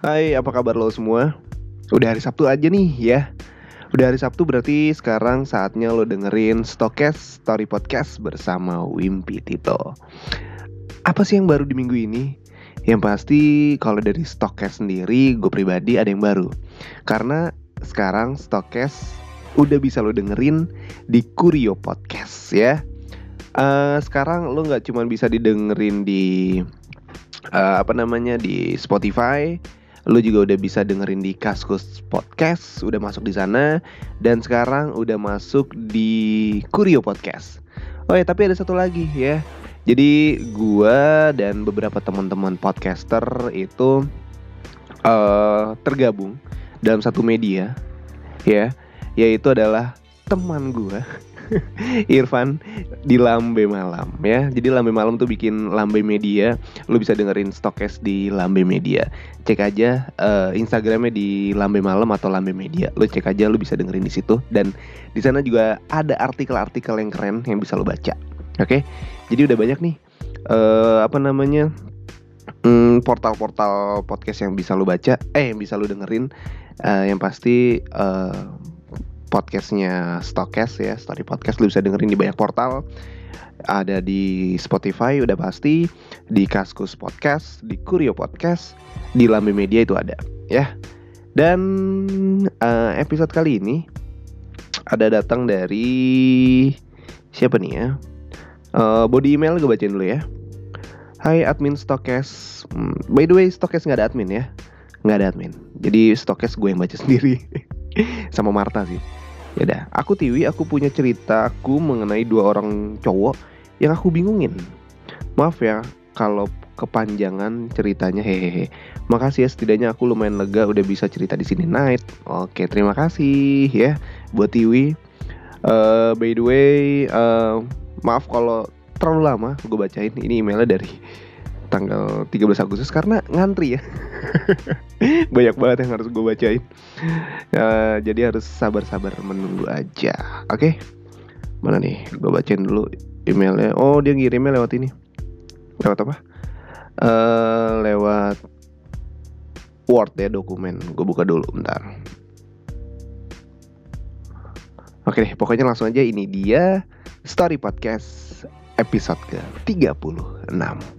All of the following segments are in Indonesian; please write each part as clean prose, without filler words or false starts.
Hai, apa kabar lo semua? Udah hari Sabtu aja nih ya. Udah hari Sabtu berarti sekarang saatnya lo dengerin Stokes Story Podcast bersama Wimpi Tito. Apa sih yang baru di minggu ini? Yang pasti kalau dari Stokes sendiri, gue pribadi ada yang baru. Karena sekarang Stokes udah bisa lo dengerin di Kurio Podcast ya. Sekarang lo nggak cuma bisa didengerin di di Spotify. Lu juga udah bisa dengerin di Kaskus Podcast, udah masuk di sana. Dan sekarang udah masuk di Kurio Podcast. Oh ya, tapi ada satu lagi ya. Jadi gua dan beberapa teman-teman podcaster itu tergabung dalam satu media ya, yaitu adalah teman gua Irfan di Lambe Malam ya. Jadi Lambe Malam tuh bikin Lambe Media. Lu bisa dengerin Stokes di Lambe Media. Cek aja Instagramnya di Lambe Malam atau Lambe Media. Lu cek aja, lu bisa dengerin di situ. Dan di sana juga ada artikel-artikel yang keren yang bisa lu baca. Oke? Jadi udah banyak nih portal-portal podcast yang bisa lu baca, yang bisa lu dengerin. Yang pasti podcastnya Stokes ya, Story Podcast, lu bisa dengerin di banyak portal. Ada di Spotify udah pasti, di Kaskus Podcast, di Kurio Podcast, di Lambe Media itu ada ya. Dan episode kali ini ada datang dari siapa nih ya? Body email gue bacain dulu ya. Hai admin Stokes. By the way, Stokes gak ada admin ya. Gak ada admin. Jadi Stokes gue yang baca sendiri. Sama Marta sih. Yaudah, aku Tiwi, aku punya ceritaku mengenai dua orang cowok yang aku bingungin. Maaf ya kalau kepanjangan ceritanya, hehehe. Makasih ya, setidaknya aku lumayan lega udah bisa cerita di sini Night. Oke, terima kasih ya buat Tiwi. By the way, maaf kalau terlalu lama gue bacain. Ini emailnya dari tanggal 13 Agustus karena ngantri ya. Banyak banget yang harus gue bacain. Jadi harus sabar-sabar menunggu aja. Oke? Mana nih? Gue bacain dulu emailnya. Oh, dia ngirimnya lewat ini. Lewat apa? Lewat Word ya, dokumen. Gue buka dulu bentar. Oke deh, pokoknya langsung aja. Ini dia Story Podcast episode ke-36.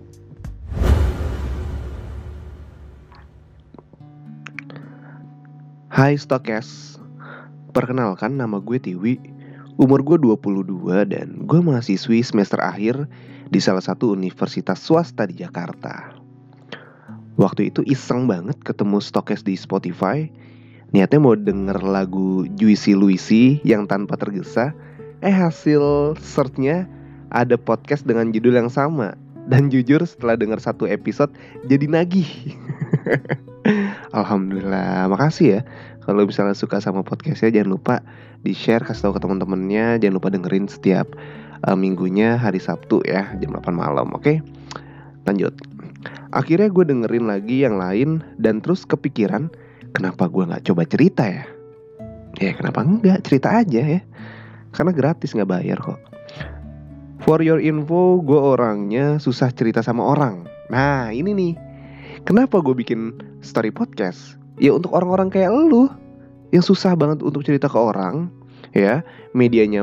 Hai Stokes, perkenalkan nama gue Tiwi, umur gue 22 dan gue mahasiswi semester akhir di salah satu universitas swasta di Jakarta. Waktu itu iseng banget ketemu Stokes di Spotify, niatnya mau denger lagu Juicy Luicy yang tanpa tergesa. Hasil searchnya ada podcast dengan judul yang sama. Dan jujur setelah denger satu episode jadi nagih. Alhamdulillah, makasih ya. Kalau misalnya suka sama podcastnya, jangan lupa di-share, kasih tahu ke teman-temannya. Jangan lupa dengerin setiap minggunya hari Sabtu ya, jam 8 malam. Oke, lanjut. Akhirnya gue dengerin lagi yang lain dan terus kepikiran, kenapa gue gak coba cerita ya? Ya kenapa enggak, cerita aja ya. Karena gratis, gak bayar kok. For your info, gue orangnya susah cerita sama orang. Nah ini nih, kenapa gue bikin story podcast? Ya untuk orang-orang kayak lu yang susah banget untuk cerita ke orang, ya medianya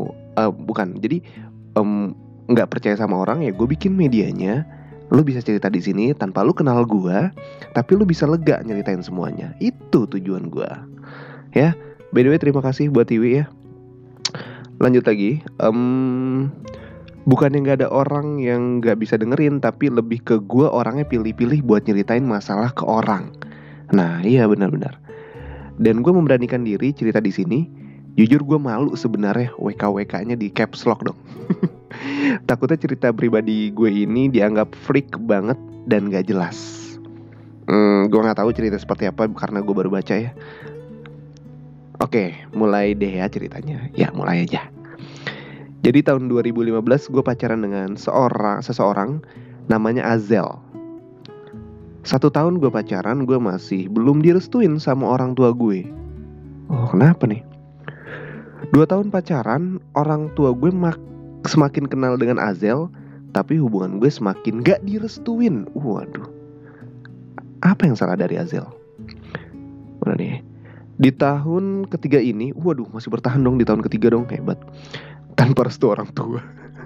nggak percaya sama orang, ya gue bikin medianya. Lu bisa cerita di sini tanpa lu kenal gue, tapi lu bisa lega nyeritain semuanya. Itu tujuan gue. Ya, by the way terima kasih buat Tiwi ya. Lanjut lagi. Bukannya gak ada orang yang gak bisa dengerin, tapi lebih ke gue orangnya pilih-pilih buat nyeritain masalah ke orang. Nah iya benar-benar. Dan gue memberanikan diri cerita di sini. Jujur gue malu sebenarnya, WK-WK-nya di caps lock dong. Takutnya cerita pribadi gue ini dianggap freak banget dan gak jelas. Gue gak tahu cerita seperti apa karena gue baru baca ya. Oke, mulai deh ya ceritanya. Ya mulai aja. Jadi tahun 2015 gue pacaran dengan seseorang namanya Azel. 1 tahun gue pacaran, gue masih belum direstuin sama orang tua gue. Oh kenapa nih? 2 tahun pacaran, orang tua gue semakin kenal dengan Azel, tapi hubungan gue semakin gak direstuin. Waduh. Apa yang salah dari Azel? Mana nih? Di tahun ketiga ini, waduh masih bertahan dong di tahun ketiga dong, hebat. Tanpa restu orang tua.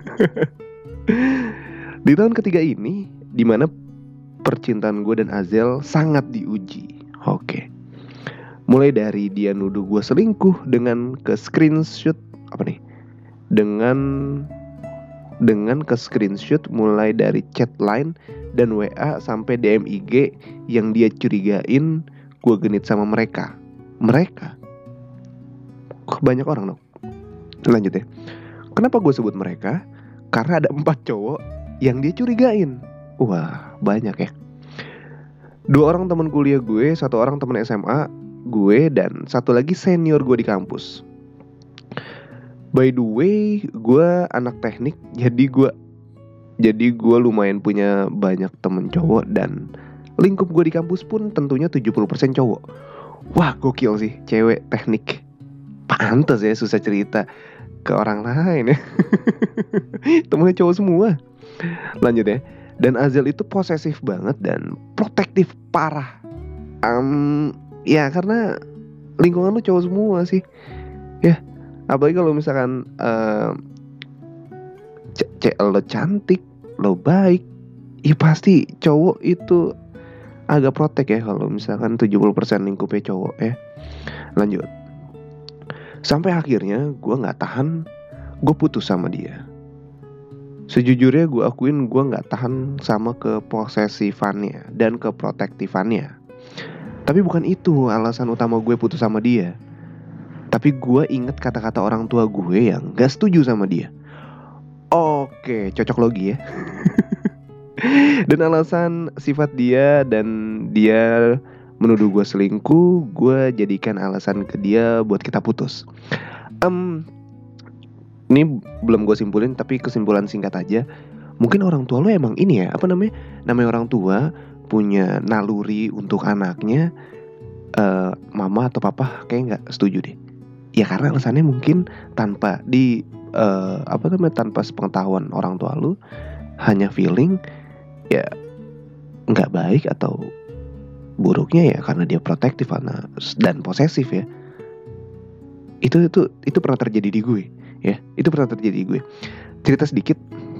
Di tahun ketiga ini, dimana percintaan gue dan Azel sangat diuji. Oke. Mulai dari dia nuduh gue selingkuh dengan ke screenshot apa nih? Dengan ke screenshot mulai dari chat line dan WA sampai DM IG yang dia curigain gue genit sama mereka. Mereka? Banyak orang dong. Lanjut ya. Kenapa gue sebut mereka? Karena ada 4 cowok yang dia curigain. Wah, banyak ya. 2 orang teman kuliah gue, 1 orang teman SMA gue, dan 1 lagi senior gue di kampus. By the way, gue anak teknik, jadi gue lumayan punya banyak temen cowok, dan lingkup gue di kampus pun tentunya 70% cowok. Wah, gokil sih, cewek teknik. Pantes ya susah cerita ke orang lain ya. Temennya cowok semua. Lanjut ya. Dan Azel itu posesif banget dan protektif parah. Ya karena lingkungan lu cowok semua sih. Ya, apalagi kalau misalkan lo cantik, lo baik, ya pasti cowok itu agak protek ya kalau misalkan 70% lingkupnya cowok ya. Lanjut. Sampai akhirnya gue gak tahan, gue putus sama dia. Sejujurnya gue akuin gue gak tahan sama keposesifannya dan keprotektifannya. Tapi bukan itu alasan utama gue putus sama dia. Tapi gue inget kata-kata orang tua gue yang gak setuju sama dia. Oke, cocok logi ya. Dan alasan sifat dia dan dia menuduh gue selingkuh, gue jadikan alasan ke dia buat kita putus. Ini belum gue simpulin, tapi kesimpulan singkat aja. Mungkin orang tua lo emang ini ya, namanya orang tua punya naluri untuk anaknya. Mama atau papa kayak gak setuju deh. Ya karena alasannya mungkin tanpa tanpa sepengetahuan orang tua lu, hanya feeling ya nggak baik atau buruknya ya karena dia protektif dan posesif ya. Itu pernah terjadi di gue ya. Itu pernah terjadi di gue. Cerita sedikit.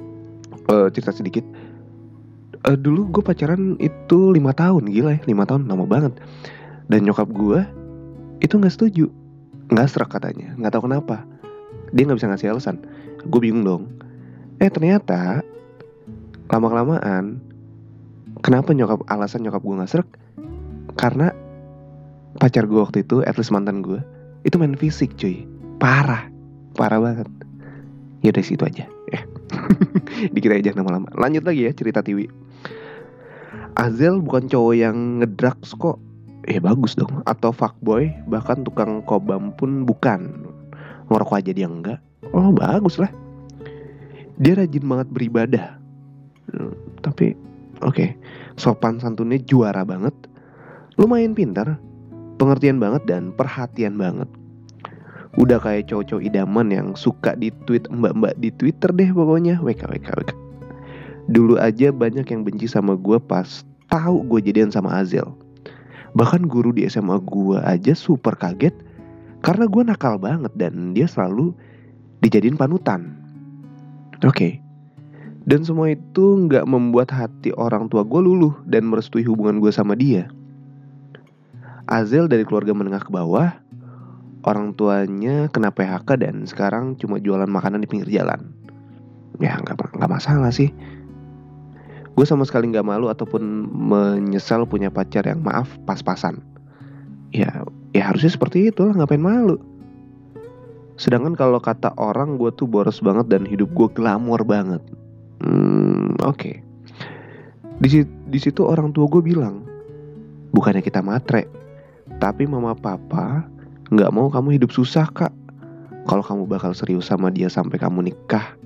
Dulu gue pacaran itu 5 tahun. Gila ya, 5 tahun lama banget. Dan nyokap gue itu gak setuju, gak serak katanya. Gak tahu kenapa. Dia gak bisa ngasih alasan. Gue bingung dong. Ternyata lama-kelamaan, kenapa alasan nyokap gue gak serak? Karena pacar gue waktu itu, at least mantan gue, itu main fisik cuy. Parah banget. Ya dari situ aja dikit aja lama-lama. Lanjut lagi ya cerita Tiwi. Azel bukan cowok yang ngedrugs kok. Bagus dong. Atau fuckboy, bahkan tukang kobam pun bukan. Ngerokok aja dia enggak. Oh bagus lah. Dia rajin banget beribadah. Tapi oke. Sopan santunnya juara banget. Lumayan pintar, pengertian banget dan perhatian banget. Udah kayak cowok-cowok idaman yang suka di-tweet mbak-mbak di Twitter deh pokoknya. WK. Dulu aja banyak yang benci sama gue pas tahu gue jadian sama Azel. Bahkan guru di SMA gue aja super kaget karena gue nakal banget dan dia selalu dijadiin panutan. Oke. Dan semua itu gak membuat hati orang tua gue luluh dan merestui hubungan gue sama dia. Azel dari keluarga menengah ke bawah. Orang tuanya kena PHK dan sekarang cuma jualan makanan di pinggir jalan. Ya gak masalah sih. Gue sama sekali gak malu ataupun menyesal punya pacar yang maaf pas-pasan. Ya harusnya seperti itu lah, ngapain malu. Sedangkan kalau kata orang gue tuh boros banget dan hidup gue glamor banget. Oke. Di situ orang tua gue bilang, bukannya kita matre, tapi mama papa gak mau kamu hidup susah kak. Kalau kamu bakal serius sama dia sampai kamu nikah.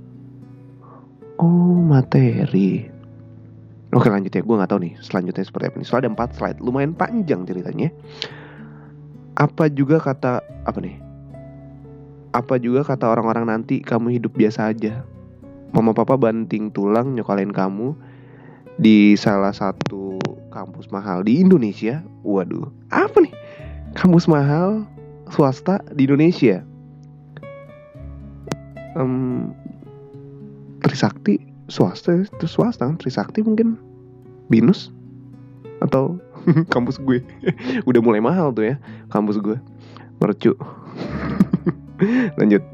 Oh materi. Oke lanjut ya, gue gak tahu nih selanjutnya seperti apa nih. Soalnya ada 4 slide, lumayan panjang ceritanya. Apa juga kata orang-orang nanti kamu hidup biasa aja. Mama papa banting tulang nyokalin kamu di salah satu kampus mahal di Indonesia. Waduh, apa nih? Kampus mahal swasta di Indonesia. Trisakti swasta, terus swasta kan Trisakti mungkin Binus atau kampus gue. Udah mulai mahal tuh ya kampus gue. Mercu. Lanjut.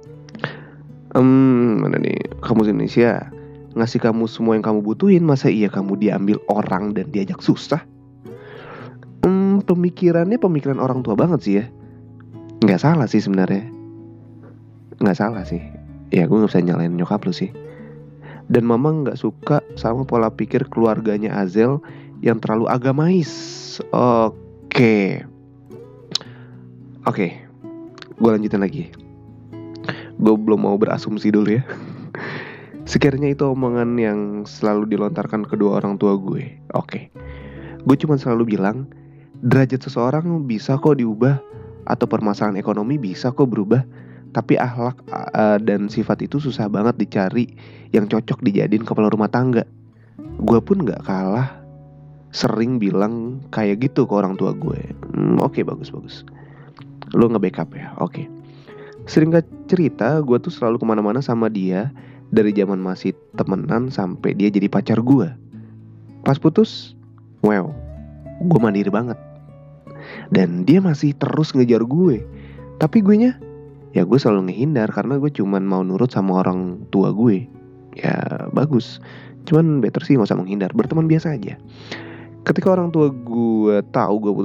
Mana nih? Kampus Indonesia ngasih kamu semua yang kamu butuhin, masa iya kamu diambil orang dan diajak susah? Pemikirannya pemikiran orang tua banget sih ya. Nggak salah sih sebenarnya. Nggak salah sih. Ya gue nggak bisa nyalain nyokap lu sih. Dan mama nggak suka sama pola pikir keluarganya Azel yang terlalu agamais. Oke, gue lanjutin lagi. Gue belum mau berasumsi dulu ya. Sekiranya itu omongan yang selalu dilontarkan kedua orang tua gue. Oke, gue cuma selalu bilang derajat seseorang bisa kok diubah, atau permasalahan ekonomi bisa kok berubah. Tapi akhlak dan sifat itu susah banget dicari yang cocok dijadiin kepala rumah tangga. Gue pun gak kalah sering bilang kayak gitu ke orang tua gue. Oke, bagus. Lo nge-backup ya, oke. Singkat cerita, gue tuh selalu kemana-mana sama dia. Dari zaman masih temenan sampai dia jadi pacar gue. Pas putus, wow, gue mandiri banget. Dan dia masih terus ngejar gue. Tapi gue nya, ya gue selalu ngehindar karena gue cuman mau nurut sama orang tua gue. Ya bagus, cuman better sih gak usah menghindar, berteman biasa aja. Ketika orang tua gue tahu gue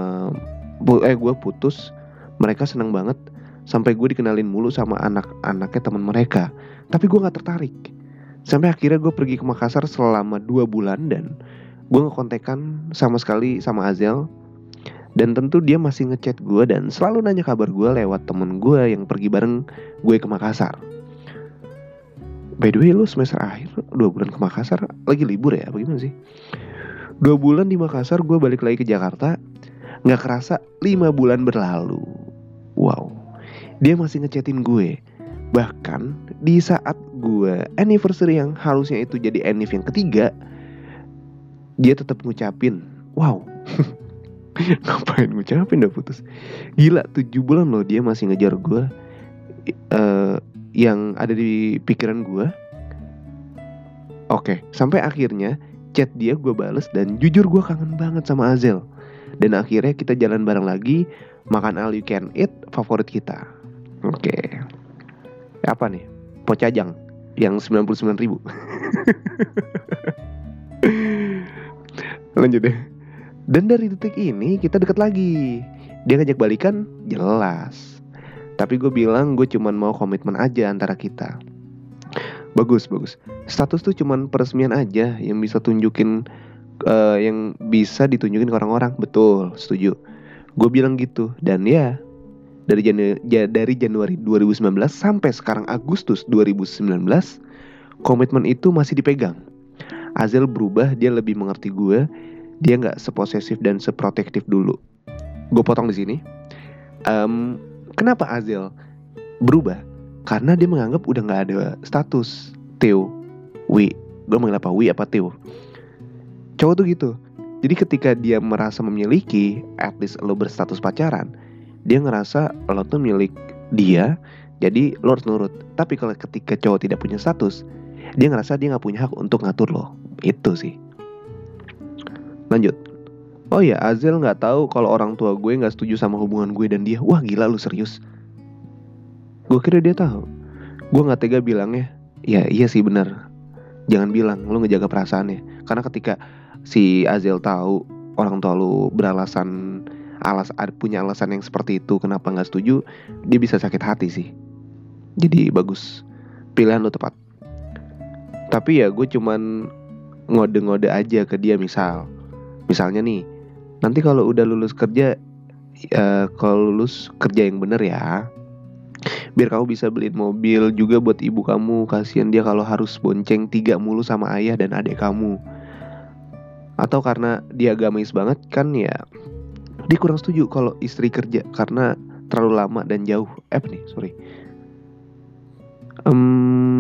putus, mereka senang banget. Sampai gue dikenalin mulu sama anak-anaknya teman mereka. Tapi gue gak tertarik. Sampai akhirnya gue pergi ke Makassar selama 2 bulan. Dan gue gak kontekan sama sekali sama Azel. Dan tentu dia masih ngechat gue dan selalu nanya kabar gue lewat temen gue yang pergi bareng gue ke Makassar. By the way, lu semester akhir 2 bulan ke Makassar, lagi libur ya? Bagaimana sih? 2 bulan di Makassar, gue balik lagi ke Jakarta. Gak kerasa 5 bulan berlalu. Wow, dia masih ngechatin gue. Bahkan di saat gue anniversary yang harusnya itu jadi anniv yang ketiga, dia tetap ngucapin, wow. Ngapain ngucapin udah putus. Gila, 7 bulan loh dia masih ngejar gue. Yang ada di pikiran gue. Oke, sampai akhirnya chat dia gue bales. Dan jujur gue kangen banget sama Azel. Dan akhirnya kita jalan bareng lagi, makan all you can eat favorit kita. Oke. Apa nih? Pocajang yang 99.000. Lanjut deh. Dan dari detik ini kita deket lagi. Dia ngajak balikan, jelas. Tapi gue bilang gue cuman mau komitmen aja antara kita. Bagus. Status tuh cuman peresmian aja yang bisa ditunjukin ke orang-orang. Betul, setuju. Gue bilang gitu. Dan ya, dari Januari 2019 sampai sekarang Agustus 2019, komitmen itu masih dipegang. Azel berubah, dia lebih mengerti gue. Dia nggak seposesif dan seprotektif dulu. Gue potong di sini. Kenapa Azel berubah? Karena dia menganggap udah nggak ada status Theo, Wi. Gue manggil apa, Wi apa Theo? Cowok tuh gitu. Jadi ketika dia merasa memiliki, at least lo berstatus pacaran, dia ngerasa lo tuh milik dia, jadi lo harus nurut. Tapi kalau ketika cowok tidak punya status, dia ngerasa dia nggak punya hak untuk ngatur lo. Itu sih. Lanjut. Oh ya, Azel gak tahu kalau orang tua gue gak setuju sama hubungan gue dan dia. Wah gila, lu serius? Gue kira dia tahu. Gue gak tega bilangnya. Ya iya sih benar. Jangan bilang, lu ngejaga perasaannya. Karena ketika si Azel tahu orang tua lu punya alasan yang seperti itu, kenapa gak setuju, dia bisa sakit hati sih. Jadi bagus, pilihan lu tepat. Tapi ya gue cuman ngode-ngode aja ke dia. Misalnya nih, nanti kalau udah lulus kerja yang bener ya, biar kamu bisa beliin mobil juga buat ibu kamu. Kasian dia kalau harus bonceng 3 mulu sama ayah dan adik kamu. Atau karena dia agamais banget kan ya, dia kurang setuju kalau istri kerja karena terlalu lama dan jauh.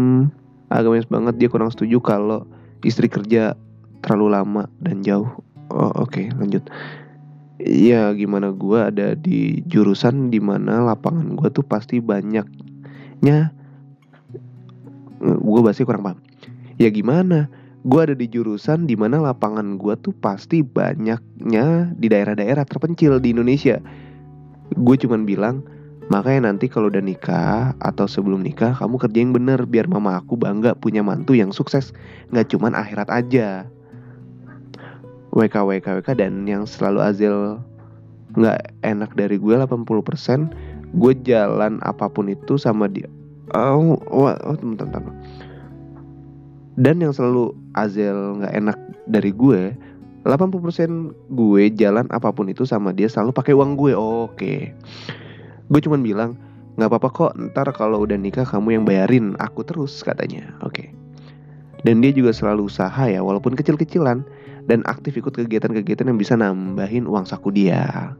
Agamais banget, dia kurang setuju kalau istri kerja terlalu lama dan jauh. Oke, lanjut. Ya gimana gue ada di jurusan dimana lapangan gue tuh pasti banyaknya. Gue bahasnya kurang paham. Ya gimana, gue ada di jurusan dimana lapangan gue tuh pasti banyaknya di daerah-daerah terpencil di Indonesia. Gue cuman bilang, makanya nanti kalau udah nikah atau sebelum nikah, kamu kerja yang bener biar mama aku bangga punya mantu yang sukses, gak cuman akhirat aja. WK dan yang selalu Azil gak enak dari gue 80%, gue jalan apapun itu sama dia. Bentar. Dan yang selalu Azel gak enak dari gue, 80% gue jalan apapun itu sama dia selalu pakai uang gue. Oke. Gue cuman bilang, gak apa-apa kok, ntar kalau udah nikah kamu yang bayarin aku terus, katanya. Oke. Dan dia juga selalu usaha ya, walaupun kecil-kecilan, dan aktif ikut kegiatan-kegiatan yang bisa nambahin uang saku dia.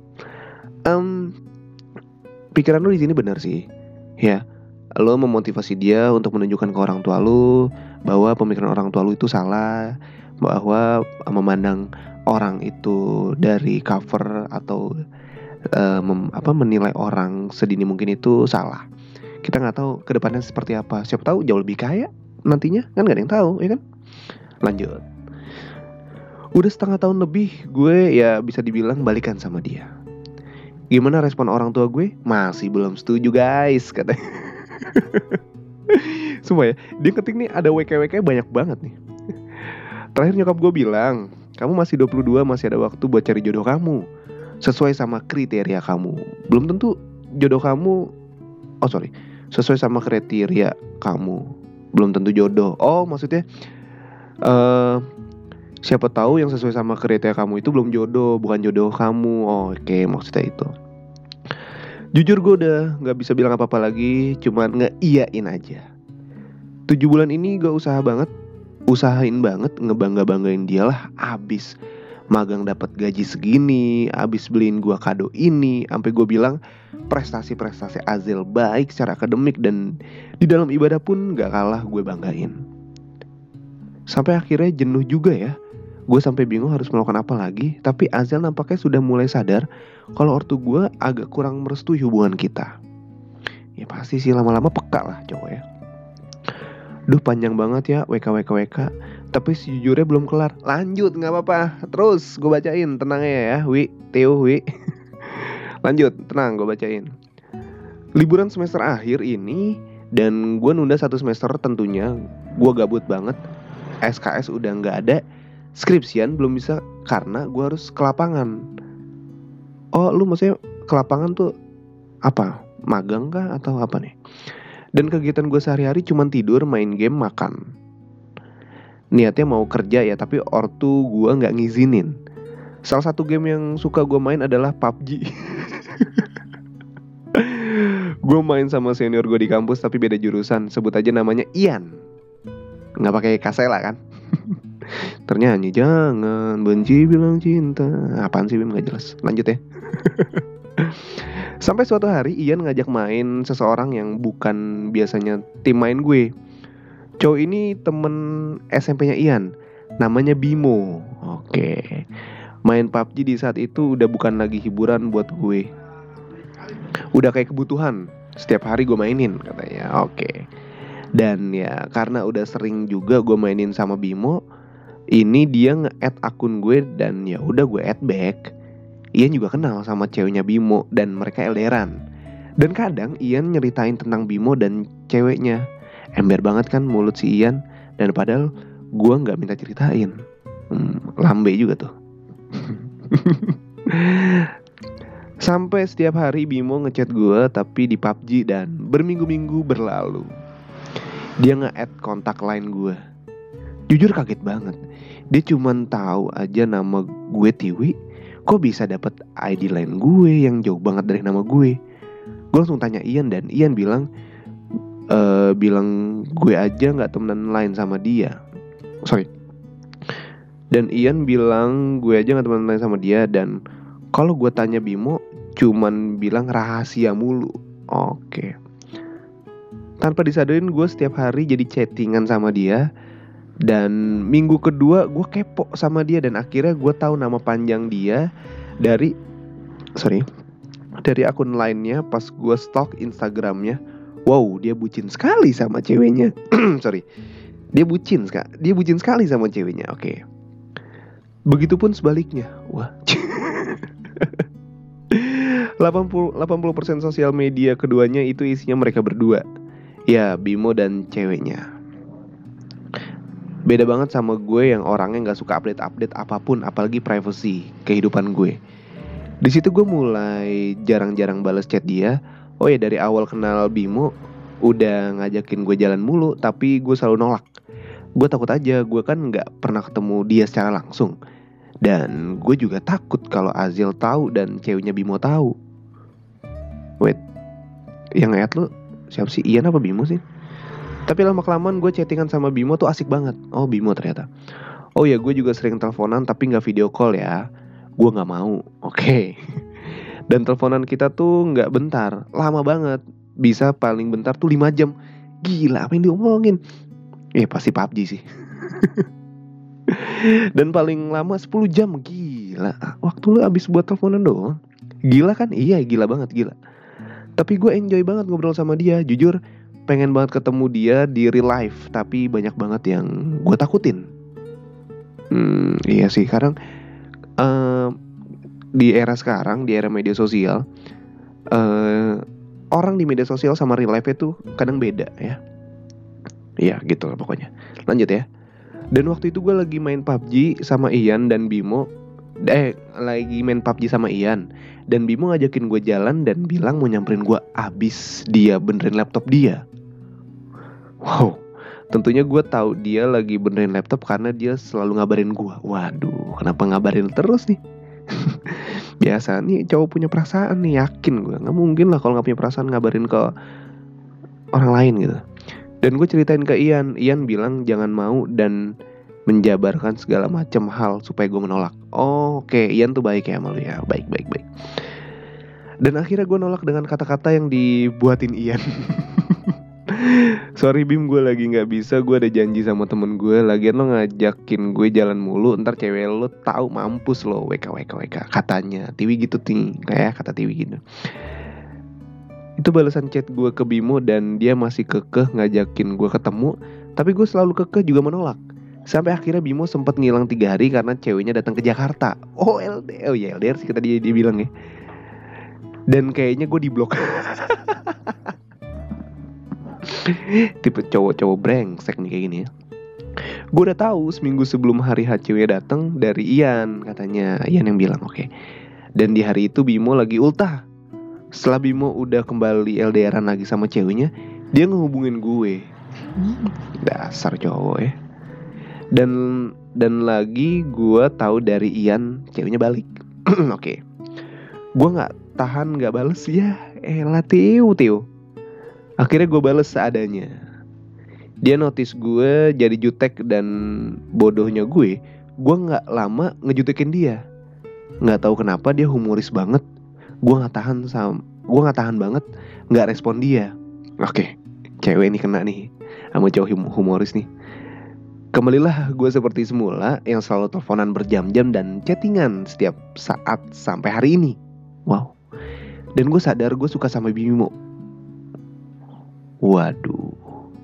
Pikiran lu di sini benar sih. Ya, lo memotivasi dia untuk menunjukkan ke orang tua lu bahwa pemikiran orang tua lu itu salah, bahwa memandang orang itu dari cover atau menilai orang sedini mungkin itu salah. Kita nggak tahu kedepannya seperti apa. Siapa tahu jauh lebih kaya nantinya, kan nggak ada yang tahu, ya kan? Lanjut. Udah setengah tahun lebih gue ya bisa dibilang balikan sama dia. Gimana respon orang tua gue? Masih belum setuju guys, katanya. Sumpah ya, dia ketik nih ada WK banyak banget nih. Terakhir nyokap gue bilang, kamu masih 22, masih ada waktu buat cari jodoh kamu sesuai sama kriteria kamu. Belum tentu jodoh kamu, sesuai sama kriteria kamu, belum tentu jodoh. Oh maksudnya siapa tahu yang sesuai sama kriteria kamu itu belum jodoh, bukan jodoh kamu. Oke, maksudnya itu. Jujur gue udah gak bisa bilang apa-apa lagi, cuman ngeiyain aja. 7 bulan ini gue usahain banget ngebangga-banggain dia lah. Abis magang dapat gaji segini, abis beliin gue kado ini, sampai gue bilang prestasi-prestasi Azel baik secara akademik dan di dalam ibadah pun gak kalah gue banggain. Sampai akhirnya jenuh juga ya. Gue sampai bingung harus melakukan apa lagi. Tapi Azel nampaknya sudah mulai sadar kalau ortu gue agak kurang merestui hubungan kita. Ya pasti sih lama-lama peka lah cowok ya. Duh panjang banget ya WK. Tapi sejujurnya belum kelar. Lanjut gak apa-apa. Terus gue bacain, tenang ya Wi, Theo Wi. Lanjut, tenang gue bacain. Liburan semester akhir ini dan gue nunda 1 semester tentunya. Gue gabut banget. SKS udah gak ada. Skripsian belum bisa karena gue harus ke lapangan. Oh lu maksudnya ke lapangan tuh apa? Magang kah atau apa nih? Dan kegiatan gue sehari-hari cuman tidur, main game, makan. Niatnya mau kerja ya, tapi ortu gue gak ngizinin. Salah satu game yang suka gue main adalah PUBG. Gue main sama senior gue di kampus tapi beda jurusan. Sebut aja namanya Ian. Gak pakai kasela kan? Ternyanyi jangan benci bilang cinta. Apaan sih Bim, gak jelas. Lanjut ya. Sampai suatu hari Ian ngajak main seseorang yang bukan biasanya tim main gue. Cowok ini temen SMP-nya Ian, namanya Bimo. Oke. Main PUBG di saat itu udah bukan lagi hiburan buat gue. Udah kayak kebutuhan. Setiap hari gue mainin katanya. Oke. Dan ya karena udah sering juga gue mainin sama Bimo, ini dia nge-add akun gue dan ya udah gue add back. Ian juga kenal sama ceweknya Bimo dan mereka LDRan. Dan kadang Ian nyeritain tentang Bimo dan ceweknya. Ember banget kan mulut si Ian. Dan padahal gue gak minta ceritain. Lambe juga tuh. Sampai setiap hari Bimo ngechat gue tapi di PUBG dan berminggu-minggu berlalu. Dia nge-add kontak lain gue. Jujur kaget banget. Dia cuman tahu aja nama gue Tiwi. Kok bisa dapet ID lain gue yang jauh banget dari nama gue? Gue langsung tanya Ian dan Ian bilang gue aja gak temenan lain sama dia. Dan Ian bilang gue aja gak temenan lain sama dia. Dan kalau gue tanya Bimo cuman bilang rahasia mulu. Oke. Tanpa disadarin gue setiap hari jadi chattingan sama dia. Dan minggu kedua gue kepo sama dia, dan akhirnya gue tahu nama panjang dia dari akun lainnya. Pas gue stalk Instagramnya, wow, dia bucin sekali sama ceweknya. Dia bucin sekali sama ceweknya. Oke. Begitupun sebaliknya. Wah. 80% sosial media keduanya itu isinya mereka berdua. Ya, Bimo dan ceweknya. Beda banget sama gue yang orangnya gak suka update-update apapun, apalagi privacy kehidupan gue. Di situ gue mulai jarang-jarang balas chat dia. Oh ya, dari awal kenal Bimo udah ngajakin gue jalan mulu, tapi gue selalu nolak. Gue takut aja, gue kan gak pernah ketemu dia secara langsung. Dan gue juga takut kalau Azil tahu dan ceweknya Bimo tahu. Wait, yang nge-add lu siapa sih? Ian apa Bimo sih? Tapi lama-kelamaan gue chattingan sama Bimo tuh asik banget. Oh, Bimo ternyata. Oh ya, gue juga sering teleponan tapi gak video call ya. Gue gak mau. Oke. Dan teleponan kita tuh gak bentar, lama banget. Bisa paling bentar tuh 5 jam. Gila, apa yang diomongin? Pasti PUBG sih. Dan paling lama 10 jam. Gila, waktu lu abis buat teleponan doang. Gila kan? Iya, gila banget, gila. Tapi gue enjoy banget ngobrol sama dia. Jujur, pengen banget ketemu dia di real life, tapi banyak banget yang gue takutin. Iya sih, sekarang di era sekarang, di era media sosial, orang di media sosial sama real life itu kadang beda ya. Iya gitu lah pokoknya. Lanjut ya. Dan waktu itu gue lagi main PUBG sama Ian dan Bimo. Lagi main PUBG sama Ian dan Bimo ngajakin gue jalan dan bilang mau nyamperin gue abis dia benerin laptop dia. Wow, tentunya gue tahu dia lagi benerin laptop karena dia selalu ngabarin gue. Waduh, kenapa ngabarin terus nih? Biasa nih cowok punya perasaan nih, yakin gue. Gak mungkin lah kalau gak punya perasaan ngabarin ke orang lain gitu. Dan gue ceritain ke Ian bilang jangan mau dan menjabarkan segala macam hal supaya gue menolak. Oh oke, Ian tuh baik ya sama lu ya. Baik. Dan akhirnya gue nolak dengan kata-kata yang dibuatin Ian. Sorry Bim, gue lagi gak bisa. Gue ada janji sama temen gue. Lagian lo ngajakin gue jalan mulu, ntar cewek lo tahu mampus lo. WK katanya Tiwi gitu kayak kata Tiwi gitu. Itu balasan chat gue ke Bimo. Dan dia masih kekeh ngajakin gue ketemu. Tapi gue selalu kekeh juga menolak. Sampai akhirnya Bimo sempat ngilang 3 hari karena ceweknya datang ke Jakarta. Oh LDR. Oh ya LDR sih kata dia bilang ya. Dan kayaknya gue diblok. Tipe cowok-cowok brengsek nih kayak gini ya. Gue udah tahu seminggu sebelum hari H ceweknya datang dari Ian, katanya Ian yang bilang oke. Dan di hari itu Bimo lagi ultah. Setelah Bimo udah kembali LDRan lagi sama ceweknya, dia ngehubungin gue. Dasar cowok ya. Dan lagi gue tahu dari Ian ceweknya balik. Oke. Gue nggak tahan nggak bales ya. Elah Tiu. Akhirnya gue bales seadanya. Dia notice gue jadi jutek dan bodohnya gue nggak lama ngejutekin dia. Nggak tahu kenapa dia humoris banget. Gue nggak tahan banget nggak respon dia. Oke, cewek ini kena nih sama cowok humoris nih. Kembalilah gue seperti semula yang selalu teleponan berjam-jam dan chattingan setiap saat sampai hari ini. Wow. Dan gue sadar gue suka sama Bimo. Waduh.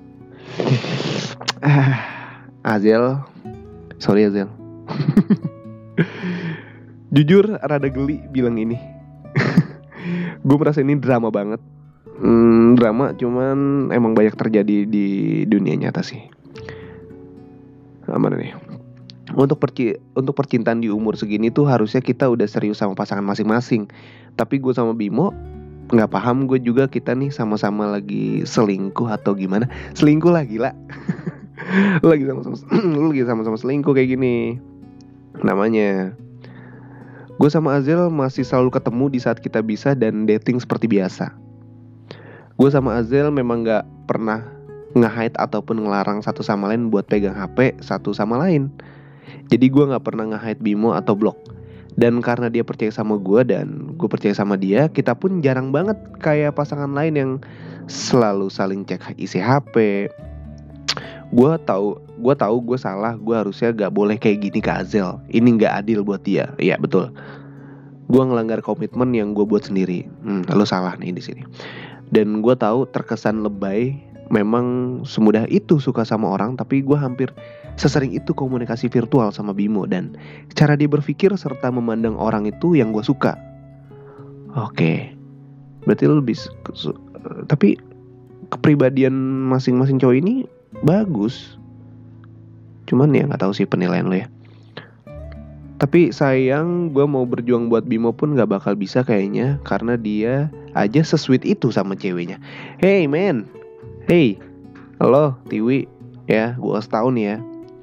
Azel. Sorry Azel. Jujur rada geli bilang ini. Gue merasa ini drama banget. Drama cuman emang banyak terjadi di dunia nyata sih. Mana nih? Untuk percintaan di umur segini tuh harusnya kita udah serius sama pasangan masing-masing. Tapi gue sama Bimo nggak paham, gue juga kita nih sama-sama lagi selingkuh atau gimana. Selingkuh lah gila. Lu lagi sama-sama selingkuh kayak gini namanya. Gue sama Azel masih selalu ketemu di saat kita bisa dan dating seperti biasa. Gue sama Azel memang gak pernah nge-hide ataupun ngelarang satu sama lain buat pegang HP satu sama lain. Jadi gue gak pernah nge-hide Bimo atau blok. Dan karena dia percaya sama gue dan gue percaya sama dia, kita pun jarang banget kayak pasangan lain yang selalu saling cek isi HP. Gue tahu gue salah. Gue harusnya gak boleh kayak gini ke Azel. Ini gak adil buat dia. Iya betul. Gue ngelanggar komitmen yang gue buat sendiri. Lo salah nih di sini. Dan gue tahu terkesan lebay. Memang semudah itu suka sama orang. Tapi gue hampir sesering itu komunikasi virtual sama Bimo. Dan cara dia berpikir serta memandang orang itu yang gue suka. Oke. Berarti lo lebih tapi kepribadian masing-masing cowok ini bagus. Cuman ya gak tahu sih penilaian lo ya. Tapi sayang gue mau berjuang buat Bimo pun gak bakal bisa kayaknya. Karena dia aja sesweet itu sama ceweknya. Hey man. Hey. Halo Tiwi. Ya gue kasih tau nih ya.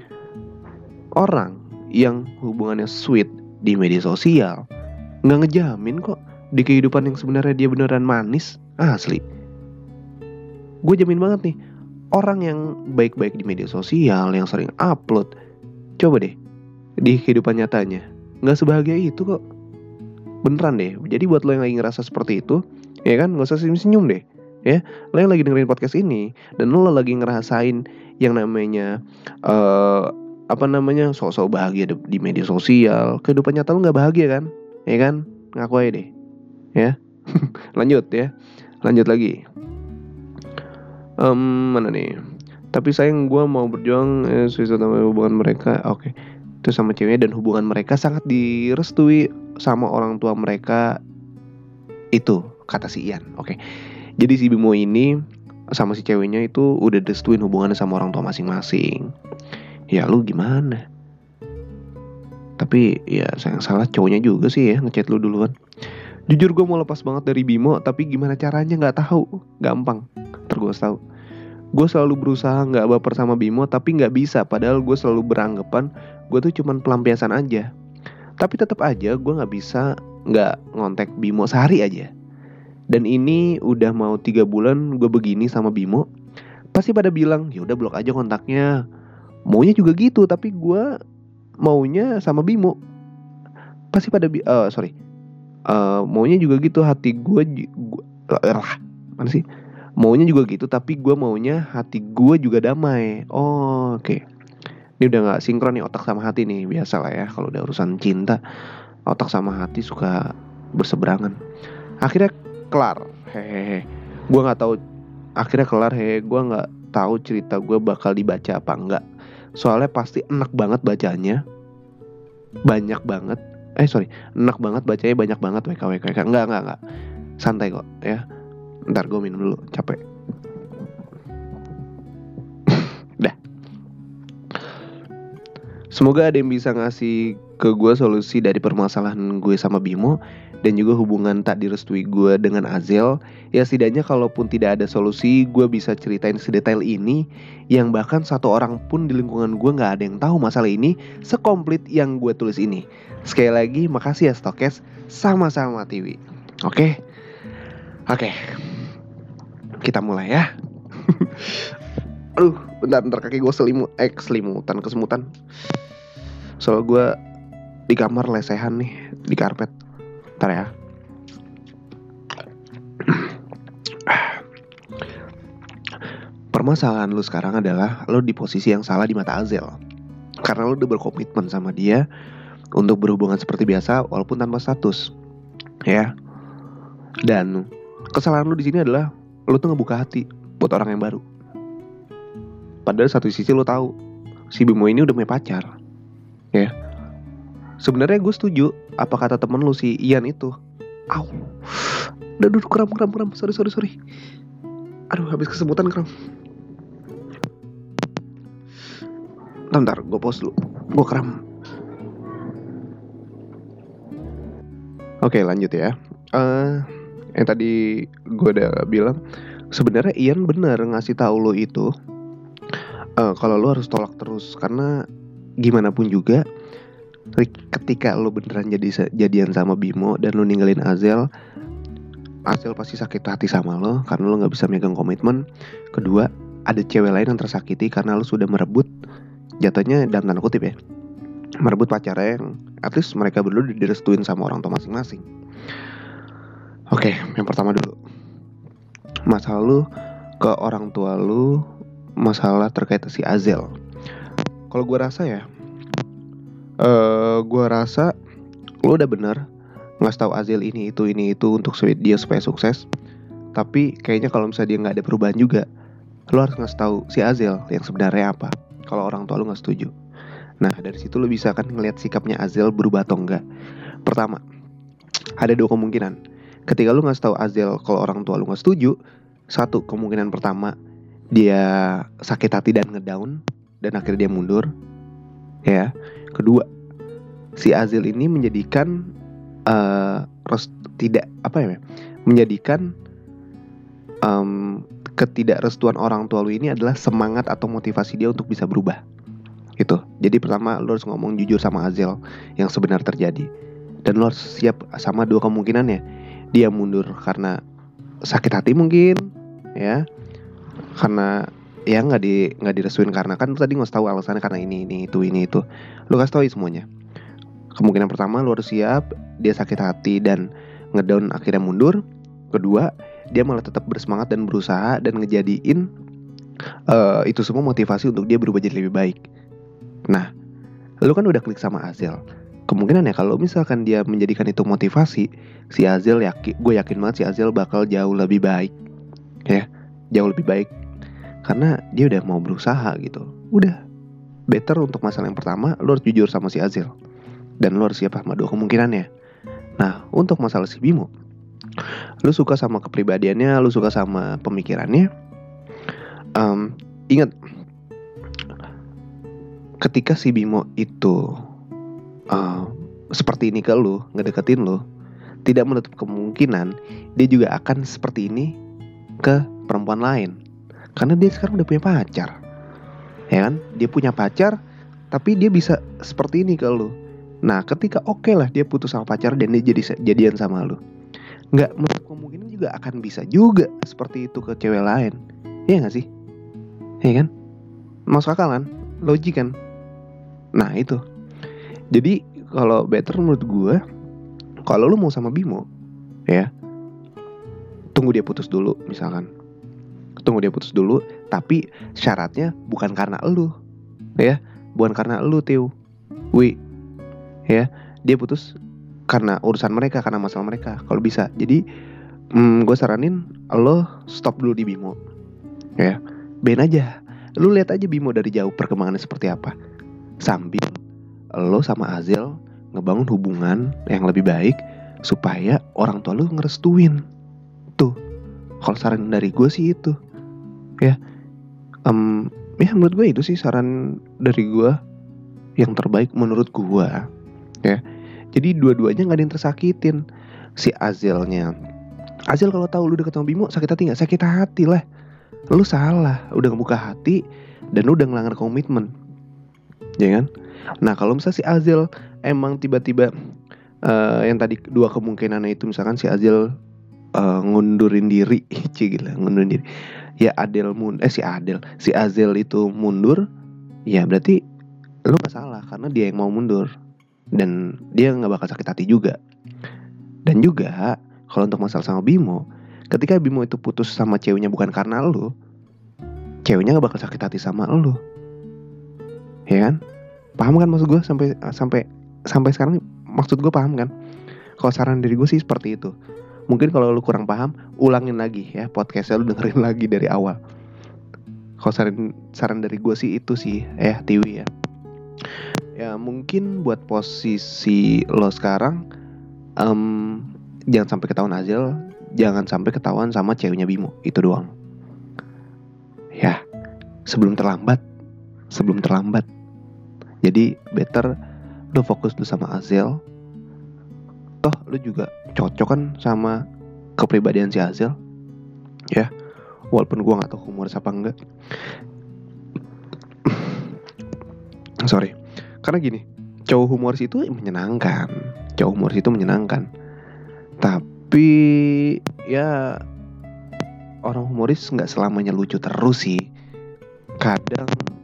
Orang yang hubungannya sweet di media sosial gak ngejamin kok di kehidupan yang sebenarnya dia beneran manis. Asli. Gue jamin banget nih. Orang yang baik-baik di media sosial, yang sering upload, coba deh di kehidupan nyatanya gak sebahagia itu kok. Beneran deh. Jadi buat lo yang lagi ngerasa seperti itu, ya kan, gak usah senyum-senyum deh. Ya, lo yang lagi dengerin podcast ini dan lo lagi ngerasain yang namanya sok-sok bahagia di media sosial, kehidupan nyata lo gak bahagia kan? Ya kan? Ngaku aja deh. Ya. Lanjut lagi. Mana nih? Tapi sayang gue mau berjuang sama hubungan mereka. Oke. Itu sama ceweknya dan hubungan mereka sangat direstui sama orang tua mereka. Itu kata si Ian. Oke. Jadi si Bimo ini sama si ceweknya itu udah direstuin hubungannya sama orang tua masing-masing. Ya lu gimana? Tapi ya sayang salah cowoknya juga sih ya ngechat lu duluan. Jujur gue mau lepas banget dari Bimo, tapi gimana caranya gak tahu. Gampang. Terus gue tahu. Gue selalu berusaha gak baper sama Bimo, tapi gak bisa. Padahal gue selalu beranggapan gue tuh cuman pelampiasan aja. Tapi tetap aja gue gak bisa gak ngontek Bimo sehari aja. Dan ini udah mau 3 bulan gue begini sama Bimo. Pasti pada bilang, ya udah blok aja kontaknya. Maunya juga gitu, tapi gue maunya sama Bimo. Pasti pada maunya juga gitu, hati gue mana sih? Maunya juga gitu, tapi gue maunya hati gue juga damai. Oke. Ini udah gak sinkron nih otak sama hati nih. Biasa lah ya kalau udah urusan cinta, otak sama hati suka berseberangan. Akhirnya kelar. Hehehe. Gue gak tahu. Akhirnya kelar. Gue gak tahu cerita gue bakal dibaca apa enggak. Soalnya pasti enak banget bacanya. Banyak banget. Enak banget bacanya, banyak banget WK. Enggak. Santai kok ya. Ntar gue minum dulu, capek. Dah. Semoga ada yang bisa ngasih ke gue solusi dari permasalahan gue sama Bimo. Dan juga hubungan tak direstui gue dengan Azel. Ya setidaknya kalaupun tidak ada solusi, gue bisa ceritain sedetail ini. Yang bahkan satu orang pun di lingkungan gue gak ada yang tahu masalah ini sekomplit yang gue tulis ini. Sekali lagi makasih ya Stokes. Sama-sama Tiwi. Oke. Kita mulai ya. Aduh, bentar kaki gue selimutan, kesemutan. Soalnya gue di kamar lesehan nih, di karpet. Bentar ya. Permasalahan lu sekarang adalah lu di posisi yang salah di mata Azel. Karena lu udah berkomitmen sama dia untuk berhubungan seperti biasa walaupun tanpa status. Ya. Dan kesalahan lu di sini adalah lu tuh ngebuka hati buat orang yang baru. Padahal satu sisi lu tahu si Bimo ini udah punya pacar. Ya. Sebenarnya gue setuju apa kata temen lu si Ian itu. Aduh, kram. Sorry. Aduh, habis kesemutan kram. Bentar, gue pause dulu. Gue kram. Oke, lanjut ya. Yang tadi gue udah bilang, sebenarnya Ian bener ngasih tahu lo itu kalau lo harus tolak terus. Karena gimana pun juga ketika lo beneran jadian sama Bimo dan lo ninggalin Azel pasti sakit hati sama lo karena lo gak bisa megang komitmen. Kedua, ada cewek lain yang tersakiti karena lo sudah merebut, jatuhnya dalam tanda kutip ya, merebut pacarnya yang at least mereka berdua direstuin sama orang tua masing-masing. Oke, yang pertama dulu, masalah lo ke orang tua lo masalah terkait si Azel. Kalau gue rasa ya, gue rasa lo udah bener ngasih tahu Azel ini itu untuk dia supaya sukses. Tapi kayaknya kalau misalnya dia nggak ada perubahan juga, lo harus ngasih tahu si Azel yang sebenarnya apa. Kalau orang tua lo nggak setuju, nah dari situ lo bisa kan ngelihat sikapnya Azel berubah atau enggak. Pertama, ada dua kemungkinan. Ketika lo ngasih tahu Azel kalau orang tua lo nggak setuju, satu kemungkinan pertama dia sakit hati dan ngedown dan akhirnya dia mundur. Ya, kedua, si Azel ini menjadikan menjadikan ketidakrestuan orang tua lu ini adalah semangat atau motivasi dia untuk bisa berubah. Gitu. Jadi pertama lu harus ngomong jujur sama Azel yang sebenarnya terjadi. Dan lu harus siap sama dua kemungkinannya. Dia mundur karena sakit hati mungkin, ya. Karena ya nggak direstuin karena kan tadi nggak tahu alasannya karena ini itu. Lu kasih tahu semuanya. Kemungkinan pertama lu harus siap dia sakit hati dan ngedown akhirnya mundur. Kedua, dia malah tetap bersemangat dan berusaha dan ngejadiin itu semua motivasi untuk dia berubah jadi lebih baik. Nah, lu kan udah klik sama Azel. Kemungkinan ya kalau misalkan dia menjadikan itu motivasi, si Azel gue yakin banget si Azel bakal jauh lebih baik. Ya, jauh lebih baik. Karena dia udah mau berusaha gitu. Udah better untuk masalah yang pertama, lu harus jujur sama si Azel. Dan lu harus siap sama dua kemungkinannya. Nah, untuk masalah si Bimo, lu suka sama kepribadiannya, lu suka sama pemikirannya. Ingat, ketika si Bimo itu seperti ini ke lu, ngedeketin lu, tidak menutup kemungkinan dia juga akan seperti ini ke perempuan lain. Karena dia sekarang udah punya pacar, ya kan? Dia punya pacar, tapi dia bisa seperti ini ke lu. Nah, ketika oke lah dia putus sama pacar dan dia jadi jadian sama lu, nggak menutup kemungkinan juga akan bisa juga seperti itu ke cewek lain. Iya nggak sih? Iya kan? Masuk akal kan? Logik kan? Nah itu. Jadi kalau better menurut gue, kalau lu mau sama Bimo, ya tunggu dia putus dulu misalkan. Tunggu dia putus dulu, tapi syaratnya bukan karena lu, ya, bukan karena lu Tiu. Ya, dia putus karena urusan mereka, karena masalah mereka. Kalau bisa, jadi gue saranin lo stop dulu di Bimo, ya, ben aja, lu lihat aja Bimo dari jauh perkembangannya seperti apa, sambil lo sama Azel ngebangun hubungan yang lebih baik supaya orang tua lo ngerestuin. Tuh, kalau saran dari gue sih itu, ya, ya menurut gue itu sih saran dari gue yang terbaik menurut gue. Ya, jadi dua-duanya nggak ada yang tersakitin. Si Azelnya, Azel kalau tahu lu deket sama Bimo sakit hati nggak? Sakit hati lah. Lu salah, udah ngebuka hati dan lu udah ngelanggar komitmen, ya kan? Nah kalau misalnya si Azel emang tiba-tiba yang tadi dua kemungkinan itu, misalkan si Azel ngundurin diri, ngundurin diri. Ya si Azel itu mundur, ya berarti lu nggak salah karena dia yang mau mundur. Dan dia gak bakal sakit hati juga. Dan juga kalau untuk masalah sama Bimo, ketika Bimo itu putus sama ceweknya bukan karena lu, ceweknya gak bakal sakit hati sama lu, ya kan? Paham kan maksud gue? Sampai sekarang maksud gue paham kan? Kalau saran dari gue sih seperti itu. Mungkin kalau lu kurang paham, ulangin lagi ya podcastnya, lu dengerin lagi dari awal. Kalau saran dari gue sih itu sih, Tiwi ya. Ya mungkin buat posisi lo sekarang, jangan sampai ketahuan Azel, jangan sampai ketahuan sama ceweknya Bimo, itu doang. Ya, sebelum terlambat. Jadi better lo fokus dulu sama Azel. Toh lo juga cocok kan sama kepribadian si Azel, ya. Walaupun gue nggak tahu humoris apa enggak. Sorry. Karena gini, cowok humoris itu menyenangkan. Tapi ya orang humoris gak selamanya lucu terus sih. Kadang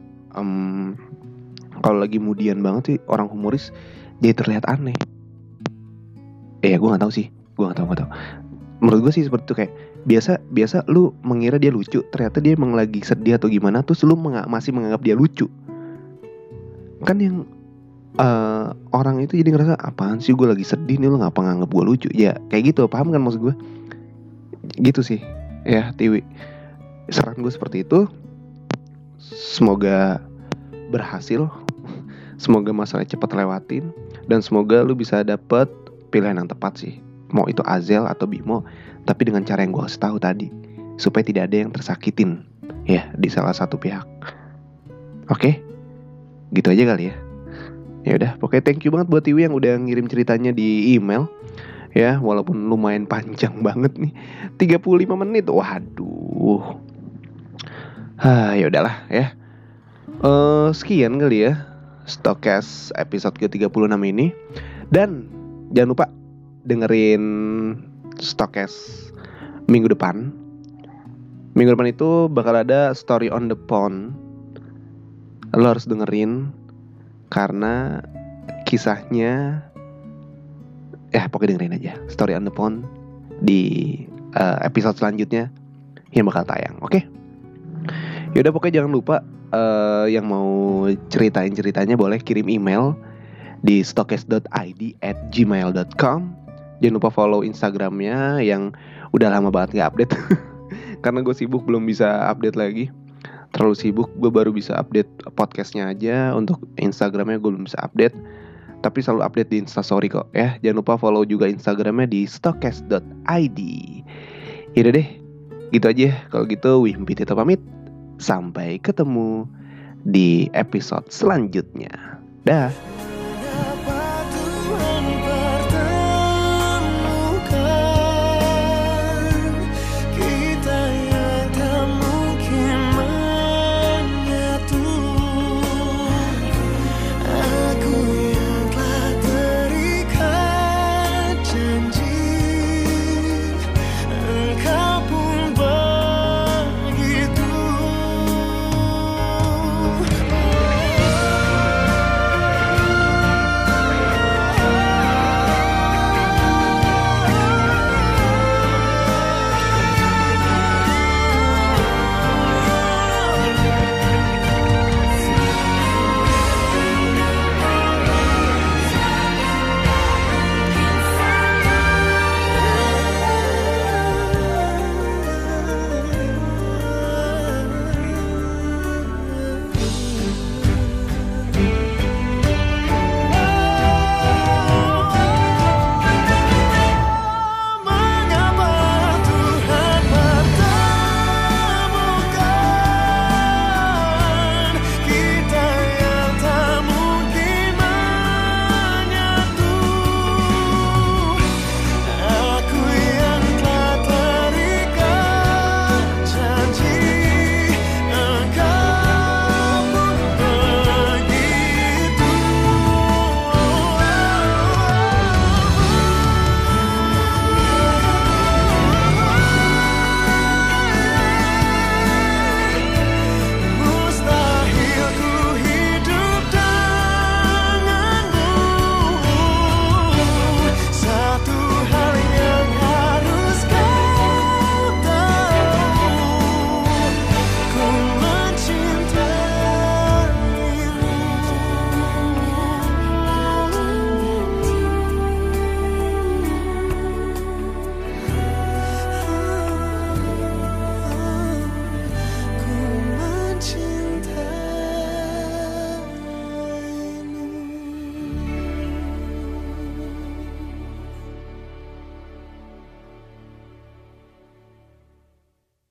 kalau lagi mudian banget sih orang humoris jadi terlihat aneh. Ya gue gak tahu sih. Menurut gue sih seperti itu, kayak biasa lu mengira dia lucu, ternyata dia emang lagi sedih atau gimana, terus lu masih menganggap dia lucu. Kan yang orang itu jadi ngerasa, apaan sih gue lagi sedih nih, lu ngapa nganggap gue lucu. Ya kayak gitu, paham kan maksud gue? Gitu sih ya Tiwi, saran gue seperti itu. Semoga berhasil, semoga masalahnya cepat lewatin, dan semoga lu bisa dapet pilihan yang tepat sih. Mau itu Azel atau Bimo, tapi dengan cara yang gue kasih tahu tadi, supaya tidak ada yang tersakitin ya di salah satu pihak. Oke, gitu aja kali ya. Ya udah, pokoknya thank you banget buat Tiwi yang udah ngirim ceritanya di email. Ya, walaupun lumayan panjang banget nih, 35 menit. Waduh. Ya udahlah ya. Sekian kali ya Stokes episode ke-36 ini. Dan jangan lupa dengerin Stokes minggu depan. Minggu depan itu bakal ada Story on the Pond. Lo harus dengerin karena kisahnya, pokoknya dengerin aja Story on the Pond di episode selanjutnya yang bakal tayang. Oke? Yaudah, pokoknya jangan lupa yang mau ceritanya boleh kirim email di stokes.id@gmail.com. Jangan lupa follow Instagramnya yang udah lama banget gak update karena gue sibuk belum bisa update lagi. Terlalu sibuk, gue baru bisa update podcastnya aja. Untuk Instagramnya gue belum bisa update, tapi selalu update di Instastory kok ya. Jangan lupa follow juga Instagramnya di stokes.id. Yaudah deh, gitu aja. Kalau gitu Wimpi Tito pamit. Sampai ketemu di episode selanjutnya. Dah.